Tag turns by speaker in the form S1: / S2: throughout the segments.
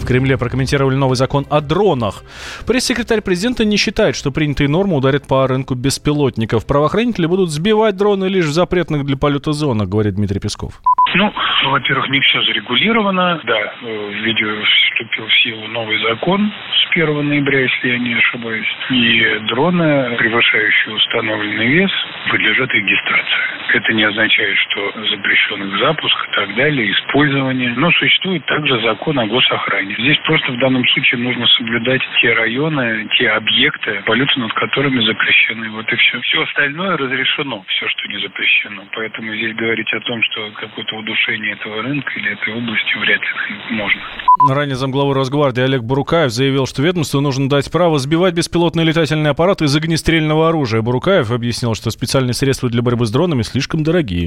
S1: В Кремле прокомментировали новый закон о дронах. Пресс-секретарь президента не считает, что принятые нормы ударят по рынку беспилотников. Правоохранители будут сбивать дроны лишь в запретных для полета зонах, говорит Дмитрий Песков.
S2: Во-первых, не все зарегулировано. Да, вступил в силу новый закон с 1 ноября, если я не ошибаюсь. И дроны, превышающие установленный вес, подлежат регистрации. Это не означает, что запрещен их запуск и так далее, использование. Но существует также закон о госохране. Здесь просто в данном случае нужно соблюдать те районы, те объекты, полеты над которыми запрещены. Вот и все. Все остальное разрешено, все, что не запрещено. Поэтому здесь говорить о том, что какое-то удушение этого рынка или этой области вряд ли можно.
S1: Ранее замглавы Росгвардии Олег Бурукаев заявил, что ведомству нужно дать право сбивать беспилотные летательные аппараты из огнестрельного оружия. Бурукаев объяснил, что специальные средства для борьбы с дронами слишком дорогие.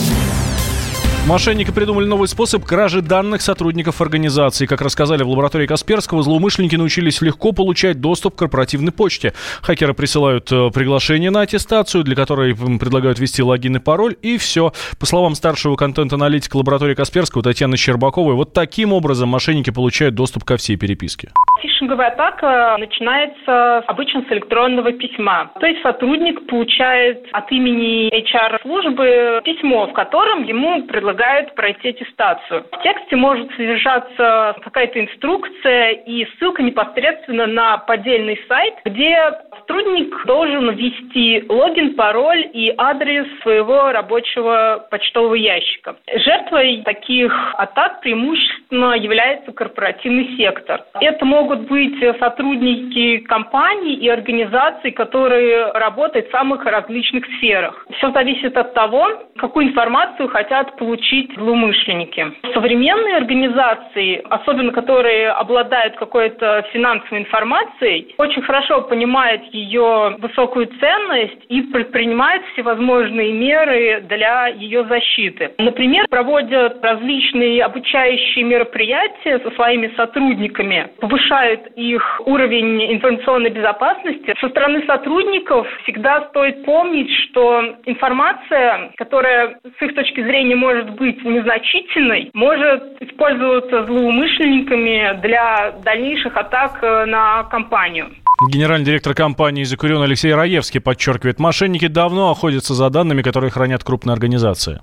S1: Мошенники придумали новый способ кражи данных сотрудников организации. Как рассказали в лаборатории Касперского, злоумышленники научились легко получать доступ к корпоративной почте. Хакеры присылают приглашение на аттестацию, для которой им предлагают ввести логин и пароль, и все. По словам старшего контент-аналитика лаборатории Касперского Татьяны Щербаковой, вот таким образом мошенники получают доступ ко всей переписке.
S3: Фишинговая атака начинается обычно с электронного письма. То есть сотрудник получает от имени HR-службы письмо, в котором ему предлагают пройти аттестацию. В тексте может содержаться какая-то инструкция и ссылка непосредственно на поддельный сайт, где сотрудник должен ввести логин, пароль и адрес своего рабочего почтового ящика. Жертвой таких атак преимущественно является корпоративный сектор. Это могут быть сотрудники компаний и организаций, которые работают в самых различных сферах. Все зависит от того, какую информацию хотят получить злоумышленники. Современные организации, особенно которые обладают какой-то финансовой информацией, очень хорошо понимают ее высокую ценность и предпринимают всевозможные меры для ее защиты. Например, проводят различные обучающие мероприятия со своими сотрудниками, повышают их уровень информационной безопасности. Со стороны сотрудников всегда стоит помнить, что информация, которая с их точки зрения может быть незначительной, может использоваться злоумышленниками для дальнейших атак на компанию.
S1: Генеральный директор компании «Изокурион» Алексей Раевский подчеркивает, мошенники давно охотятся за данными, которые хранят крупные организации.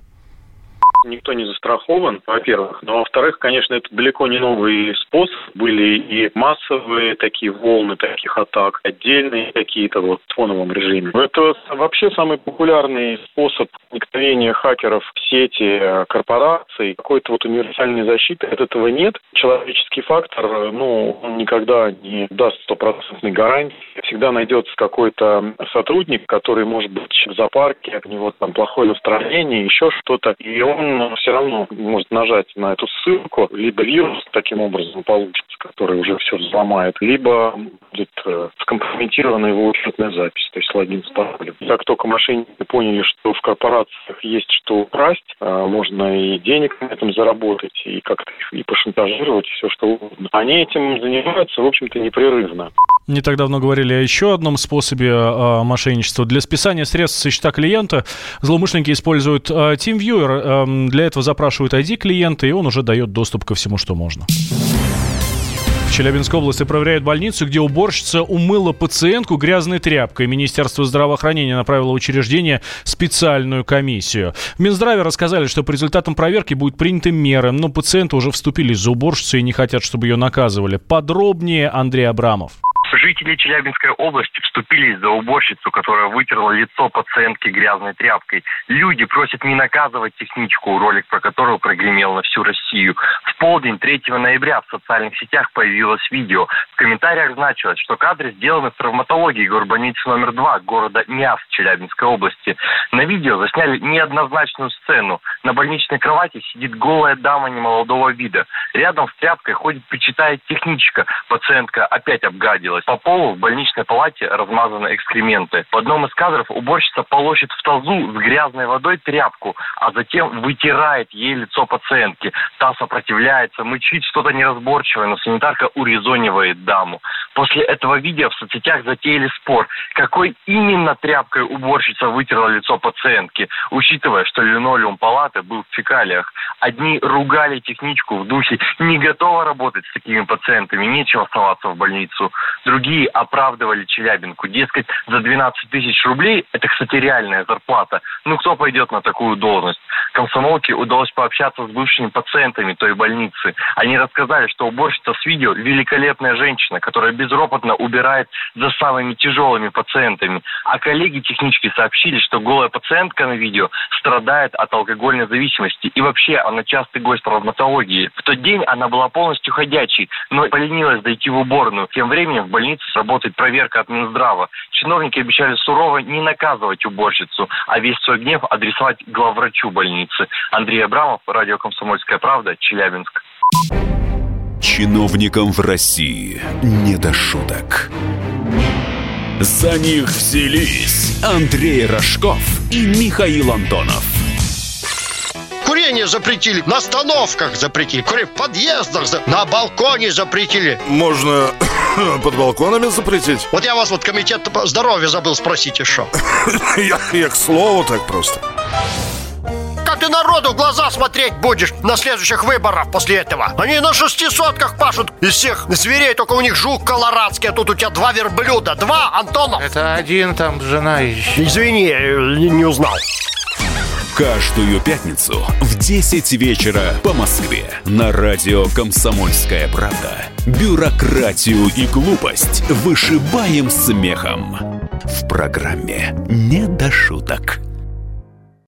S4: Никто не застрахован, во-первых. Но, во-вторых, конечно, это далеко не новый способ. Были и массовые такие волны таких атак, отдельные какие-то в фоновом режиме. Это вообще самый популярный способ проникновения хакеров в сети корпораций. Какой-то универсальной защиты от этого нет. Человеческий фактор, он никогда не даст стопроцентной гарантии. Всегда найдется какой-то сотрудник, который, может быть, в зоопарке, у него там плохое настроение, еще что-то, и он все равно может нажать на эту ссылку, либо вирус таким образом получится, который уже все взломает, либо будет скомпрометирована его учетная запись, то есть логин с паролем. Как только мошенники поняли, что в корпорациях есть что украсть, можно и денег на этом заработать, и как-то их и пошантажировать, все что угодно. Они этим занимаются, в общем-то, непрерывно.
S1: Не так давно говорили о еще одном способе мошенничества. Для списания средств со счета клиента злоумышленники используют TeamViewer. Для этого запрашивают ID клиента, и он уже дает доступ ко всему, что можно. В Челябинской области проверяют больницу, где уборщица умыла пациентку грязной тряпкой. Министерство здравоохранения направило в учреждение специальную комиссию. В Минздраве рассказали, что по результатам проверки будут приняты меры, но пациенты уже вступились за уборщицу и не хотят, чтобы ее наказывали. Подробнее Андрей Абрамов.
S5: Жители Челябинской области вступились за уборщицу, которая вытерла лицо пациентки грязной тряпкой. Люди просят не наказывать техничку, ролик про которую прогремел на всю Россию. В полдень 3 ноября в социальных сетях появилось видео. В комментариях значилось, что кадры сделаны в травматологии горбольницы номер 2 города Миас Челябинской области. На видео засняли неоднозначную сцену. На больничной кровати сидит голая дама немолодого вида. Рядом с тряпкой ходит, причитает техничка. Пациентка опять обгадилась. По полу в больничной палате размазаны экскременты. В одном из кадров уборщица полощет в тазу с грязной водой тряпку, а затем вытирает ей лицо пациентки. Та сопротивляется, мычит что-то неразборчивое, но санитарка урезонивает даму. После этого видео в соцсетях затеяли спор, какой именно тряпкой уборщица вытерла лицо пациентки, учитывая, что линолеум палаты был в фекалиях. Одни ругали техничку в духе не готова работать с такими пациентами, нечего оставаться в больницу. Другие оправдывали Челябинку. Дескать, за 12 тысяч рублей, это, кстати, реальная зарплата, кто пойдет на такую должность? Комсомолке удалось пообщаться с бывшими пациентами той больницы. Они рассказали, что уборщица с видео великолепная женщина, которая безропотно убирает за самыми тяжелыми пациентами. А коллеги-технички сообщили, что голая пациентка на видео страдает от алкогольной зависимости. И вообще, она частый гость травматологии. В тот день она была полностью ходячей, но поленилась дойти в уборную. Тем временем в больнице работает проверка от Минздрава. Чиновники обещали сурово не наказывать уборщицу, а весь свой гнев адресовать главврачу больницы. Андрей Абрамов, радио «Комсомольская правда», Челябинск.
S6: Чиновникам в России не до шуток. За них взялись Андрей Рожков и Михаил Антонов.
S7: Курение запретили, на остановках запретили, курение в подъездах, на балконе запретили.
S8: Можно под балконами запретить?
S7: Вот я вас комитет здоровья забыл спросить еще.
S8: Я к слову так просто.
S7: Как ты народу в глаза смотреть будешь на следующих выборах после этого? Они на 600-ках пашут. Из всех зверей только у них жук колорадский, а тут у тебя 2 верблюда. 2, Антонов?
S9: Это один, там жена еще.
S7: Извини, не узнал.
S6: Каждую пятницу в 10 вечера по Москве на радио «Комсомольская правда». Бюрократию и глупость вышибаем смехом. В программе «Не до шуток».